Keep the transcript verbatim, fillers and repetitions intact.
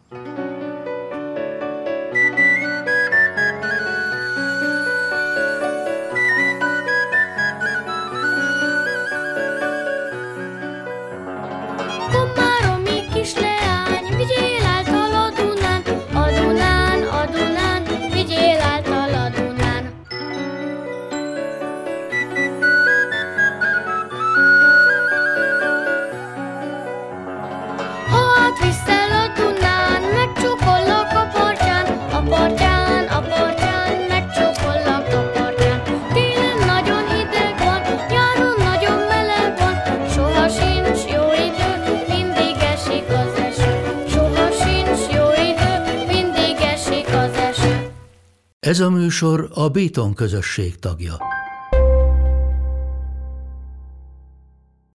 Komáromi kisleány, vigyél által a Dunán, a Dunán, a Dunán, vigyél által a Dunán. Ha átviszel a Dunán, megcsókollak a partján, a partján, a partján, megcsókollak a partján. Télen nagyon hideg van, nyáron nagyon meleg van, soha sincs jó idő, mindig esik az eső. Soha sincs jó idő, mindig esik az eső. Ez a műsor a Béton közösség tagja.